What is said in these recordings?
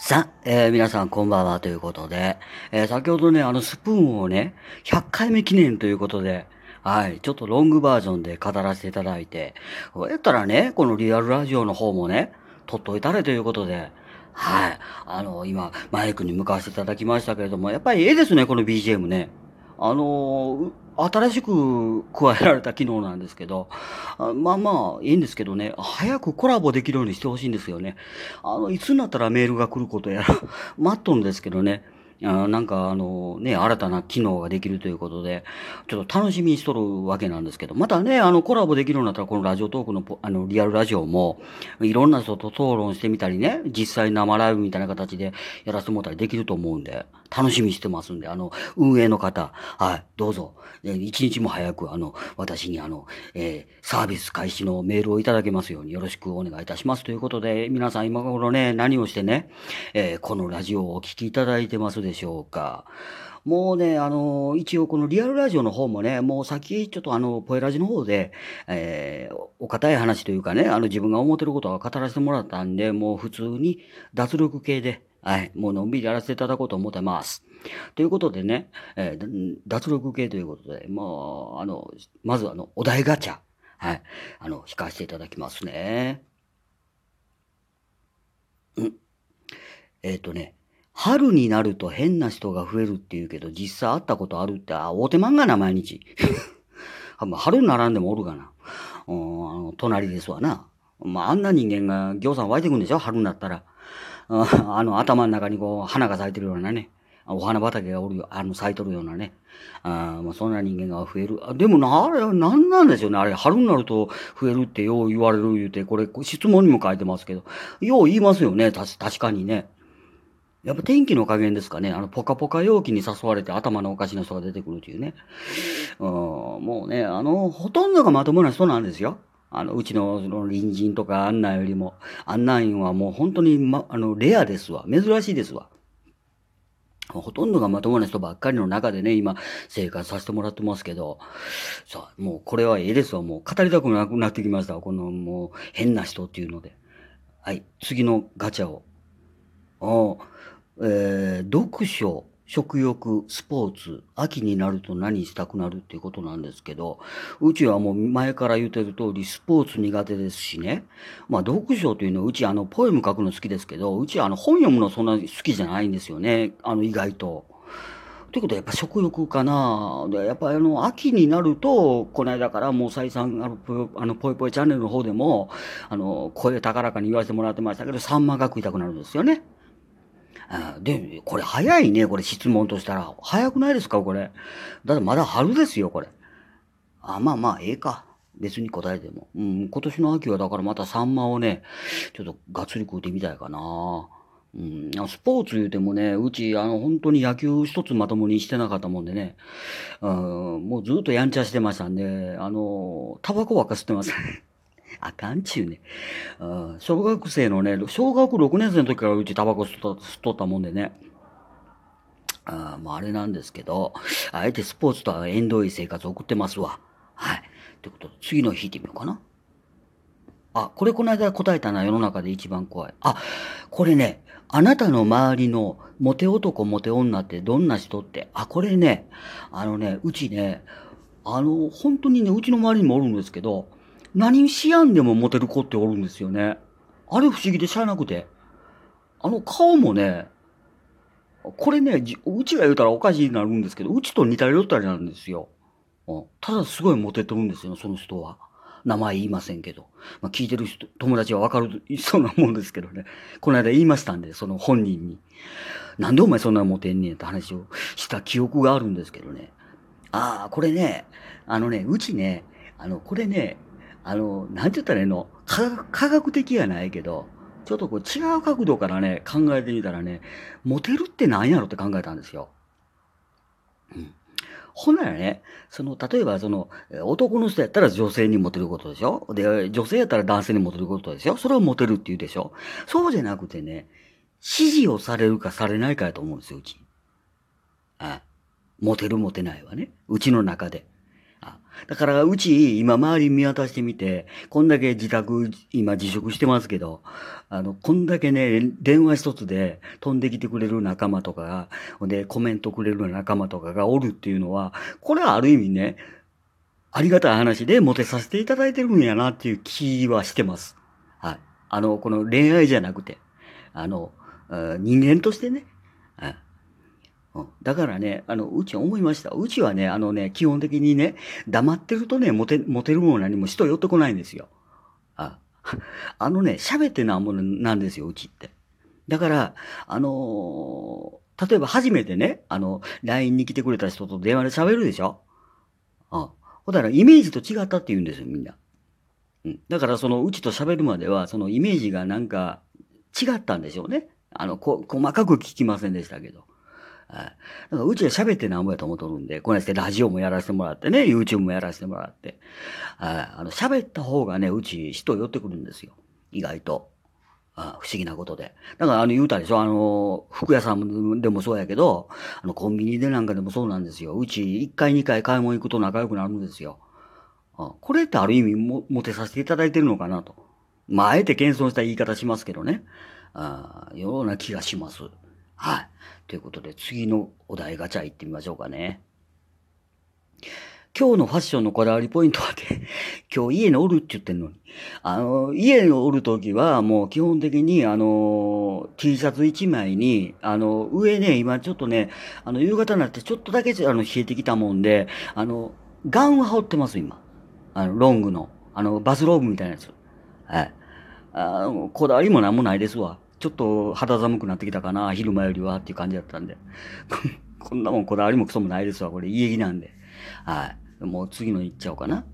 さあ、皆さんこんばんはということで、先ほどね、スプーンをね、100回目記念ということで、はい、ちょっとロングバージョンで語らせていただいて、こうやったらね、このリアルラジオの方もね、撮っといたれということで、はい、今、マイクに向かわせていただきましたけれども、やっぱりええですね、この BGM ね。新しく加えられた機能なんですけど、まあまあ、いいんですけどね、早くコラボできるようにしてほしいんですよね。いつになったらメールが来ることやら、待っとるんですけどね。なんかね、新たな機能ができるということで、ちょっと楽しみにしとるわけなんですけど、またね、コラボできるようになったら、このラジオトークのリアルラジオも、いろんな人と討論してみたりね、実際生ライブみたいな形でやらせてもらったりできると思うんで、楽しみにしてますんで、運営の方、はい、どうぞ、一日も早く、私にサービス開始のメールをいただけますようによろしくお願いいたしますということで、皆さん今頃ね、何をしてね、このラジオをお聞きいただいてますでしょうか。もうね、一応このリアルラジオの方もね、もうさっきちょっとポエラジの方で、お堅い話というかね、自分が思ってることは語らせてもらったんで、もう普通に脱力系で、はい、もうのんびりやらせていただこうと思ってます。ということでね、脱力系ということで、まずお題ガチャ。はい。引かせていただきますね。うん。ね、春になると変な人が増えるって言うけど、実際会ったことあるって、会うてまんがな、毎日。春にならんでもおるがな。隣ですわな。あんな人間がぎょうさん湧いてくんでしょ春になったら。頭の中にこう、花が咲いてるようなね。お花畑がおるよ、咲いとるようなね。そんな人間が増える。でもな、あれは何なんでしょうね。あれ、春になると増えるってよう言われる言うて、これ、質問にも書いてますけど、よう言いますよね。確かにね。やっぱ天気の加減ですかね。ポカポカ陽気に誘われて頭のおかしな人が出てくるというね。もうね、ほとんどがまともな人なんですよ。うちの、その隣人とかあんなんよりも、あんなんはもう本当に、レアですわ。珍しいですわ。ほとんどがまともな人ばっかりの中でね、今、生活させてもらってますけど、さあ、もうこれはええですわ。もう語りたくなくなってきましたわ。このもう変な人っていうので。はい、次のガチャを。ああ、読書、食欲、スポーツ、秋になると何したくなるっていうことなんですけど、うちはもう前から言ってる通り、スポーツ苦手ですしね。読書というのは、うちポエム書くの好きですけど、うち本読むのそんな好きじゃないんですよね。意外と。ということはやっぱ食欲かな。で、やっぱり秋になると、この間からもう再三、ぽいぽいチャンネルの方でも、声高らかに言わせてもらってましたけど、サンマが食いたくなるんですよね。で、これ早いね、これ質問としたら。早くないですか、これ。だってまだ春ですよ、これ。まあまあ、ええか。別に答えても。うん、今年の秋はだからまたサンマをね、ちょっとがっつり食うてみたいかな。うん、スポーツ言うてもね、うち、本当に野球一つまともにしてなかったもんでね、うん、もうずっとやんちゃしてましたんで、タバコばっか吸ってます。あかんちゅうね。うん、小学生のね、小学6年生の時からうちタバコ吸っとったもんでね。あれなんですけど、あえてスポーツとは縁遠い生活を送ってますわ。はい。ということで、次の引いてみようかな。これこの間答えたな、世の中で一番怖い。これね、あなたの周りのモテ男、モテ女ってどんな人って。これね、うちね、本当にね、うちの周りにもおるんですけど、何しやんでもモテる子っておるんですよね。あれ不思議でしゃあなくて。顔もね、これね、うちが言うたらおかしいになるんですけど、うちと似たり寄ったりなんですよ。ただすごいモテてるんですよ、その人は。名前言いませんけど。聞いてる人、友達はわかる、そうなもんですけどね。この間言いましたんで、その本人に。なんでお前そんなモテんねんって話をした記憶があるんですけどね。これね、うちね、これね、なんて言ったらいいの、科学的やないけど、ちょっとこう違う角度からね、考えてみたらね、モテるって何やろって考えたんですよ。うん。ほんならね、例えば男の人やったら女性にモテることでしょで、女性やったら男性にモテることでしょそれをモテるって言うでしょそうじゃなくてね、支持をされるかされないかやと思うんですよ、うち。モテるモテないはね。うちの中で。 だから、うち、今、周り見渡してみて、こんだけ自宅、今、自粛してますけど、こんだけね、電話一つで飛んできてくれる仲間とかが、ほんで、コメントくれる仲間とかがおるっていうのは、これはある意味ね、ありがたい話でモテさせていただいてるんやなっていう気はしてます。はい。この恋愛じゃなくて、あの、人間としてね。はい。だからね、うち思いました。うちはね、基本的にね、黙ってるとね、モテるも何も人寄ってこないんですよ。あ、喋ってなんもんなんですよ、うちって。だから、例えば初めてね、LINE に来てくれた人と電話で喋るでしょ。ほんだらイメージと違ったって言うんですよ、みんな。だからうちと喋るまでは、そのイメージがなんか違ったんでしょうね。細かく聞きませんでしたけど。はい。だからうちは喋ってなんぼやと思っとるんで、こうやってラジオもやらせてもらってね、YouTube もやらせてもらって。はい。喋った方がね、うち人寄ってくるんですよ。意外と。不思議なことで。だから言うたでしょ、服屋さんでもそうやけど、コンビニでなんかでもそうなんですよ。うち1回2回買い物行くと仲良くなるんですよ。これってある意味モテさせていただいてるのかなと。まあ、あえて謙遜した言い方しますけどね。ような気がします。はい。ということで、次のお題ガチャ行ってみましょうかね。今日のファッションのこだわりポイントはね、今日家におるって言ってんのに。家におるときはもう基本的にT シャツ1枚に、上ね、今ちょっとね、夕方になってちょっとだけ冷えてきたもんで、ガウンは羽織ってます、今。ロングの、バスローブみたいなやつ。はい。こだわりもなんもないですわ。ちょっと肌寒くなってきたかな、昼間よりはっていう感じだったんで。こんなもんこだわりもクソもないですわ。これ家着なんで。はい。もう次の行っちゃおうかな。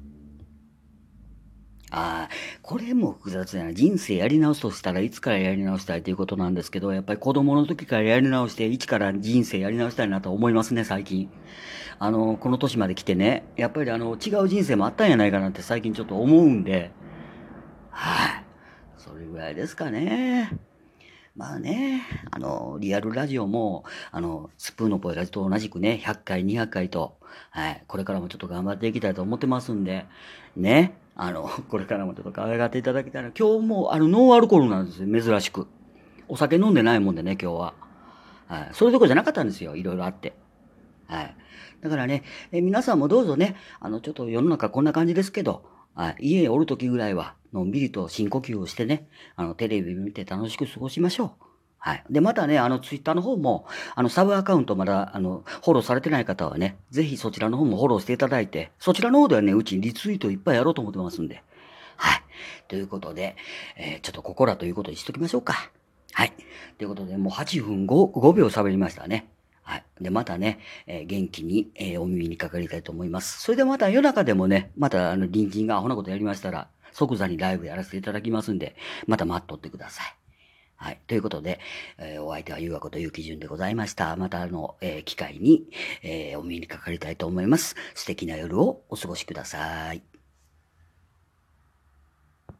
これも複雑やな。人生やり直すとしたらいつからやり直したいということなんですけど、やっぱり子供の時からやり直して、一から人生やり直したいなと思いますね、最近。この年まで来てね、やっぱり違う人生もあったんやないかなって最近ちょっと思うんで、はい。それぐらいですかね。まあね、リアルラジオも、スプーンの声ラジと同じくね、100回、200回と、はい、これからもちょっと頑張っていきたいと思ってますんで、ね、これからもちょっと可愛がっていただきたいな。今日も、ノンアルコールなんですよ、珍しく。お酒飲んでないもんでね、今日は。はい、そういうとこじゃなかったんですよ、いろいろあって。はい。だからね、皆さんもどうぞね、ちょっと世の中こんな感じですけど、はい、家におるときぐらいは、のんびりと深呼吸をしてね、テレビ見て楽しく過ごしましょう。はい。で、またね、ツイッターの方も、サブアカウントまだ、フォローされてない方はね、ぜひそちらの方もフォローしていただいて、そちらの方ではね、うちリツイートいっぱいやろうと思ってますんで。はい。ということで、ちょっとここらということにしときましょうか。はい。ということで、もう8分5秒喋りましたね。はい。で、またね、元気に、お耳にかかりたいと思います。それでまた夜中でもね、また隣人がアホなことやりましたら、即座にライブやらせていただきますんで、また待っとってください。はい。ということで、お相手はゆうがことゆうきじゅんでございました。また機会に、お耳にかかりたいと思います。素敵な夜をお過ごしください。